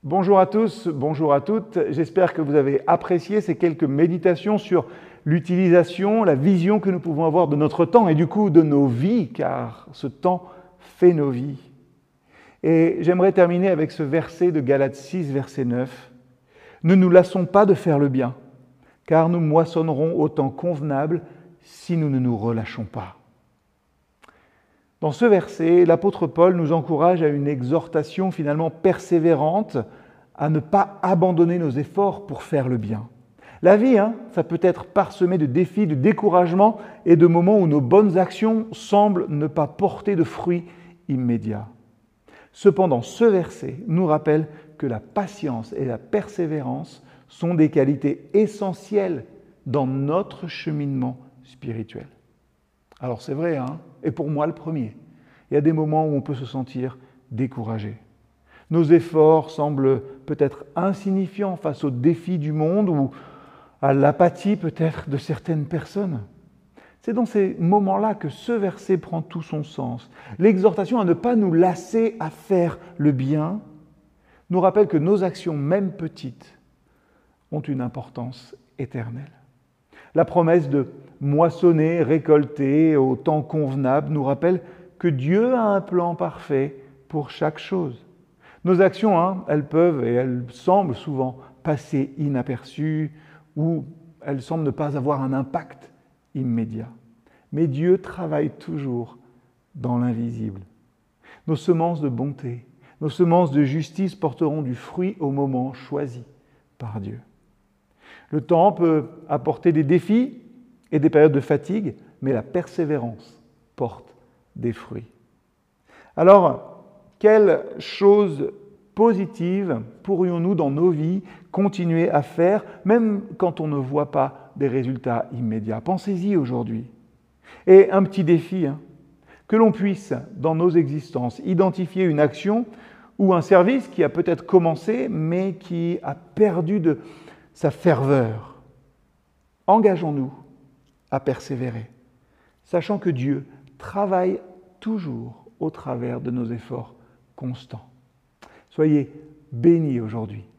Bonjour à tous, bonjour à toutes. J'espère que vous avez apprécié ces quelques méditations sur l'utilisation, la vision que nous pouvons avoir de notre temps et du coup de nos vies, car ce temps fait nos vies. Et j'aimerais terminer avec ce verset de Galates 6, verset 9. « Ne nous lassons pas de faire le bien, car nous moissonnerons au temps convenable si nous ne nous relâchons pas. » Dans ce verset, l'apôtre Paul nous encourage à une exhortation finalement persévérante, à ne pas abandonner nos efforts pour faire le bien. La vie, ça peut être parsemé de défis, de découragement et de moments où nos bonnes actions semblent ne pas porter de fruits immédiats. Cependant, ce verset nous rappelle que la patience et la persévérance sont des qualités essentielles dans notre cheminement spirituel. Alors c'est vrai, et pour moi le premier. Il y a des moments où on peut se sentir découragé. Nos efforts semblent peut-être insignifiants face aux défis du monde ou à l'apathie peut-être de certaines personnes. C'est dans ces moments-là que ce verset prend tout son sens. L'exhortation à ne pas nous lasser à faire le bien nous rappelle que nos actions, même petites, ont une importance éternelle. La promesse de moissonner, récolter au temps convenable nous rappelle que Dieu a un plan parfait pour chaque chose. Nos actions, elles peuvent et elles semblent souvent passer inaperçues ou elles semblent ne pas avoir un impact immédiat. Mais Dieu travaille toujours dans l'invisible. Nos semences de bonté, nos semences de justice porteront du fruit au moment choisi par Dieu. Le temps peut apporter des défis et des périodes de fatigue, mais la persévérance porte des fruits. Alors, quelles choses positives pourrions-nous dans nos vies continuer à faire, même quand on ne voit pas des résultats immédiats? Pensez-y aujourd'hui. Et un petit défi, que l'on puisse, dans nos existences, identifier une action ou un service qui a peut-être commencé, mais qui a perdu de sa ferveur. Engageons-nous à persévérer, sachant que Dieu travaille toujours au travers de nos efforts constants. Soyez bénis aujourd'hui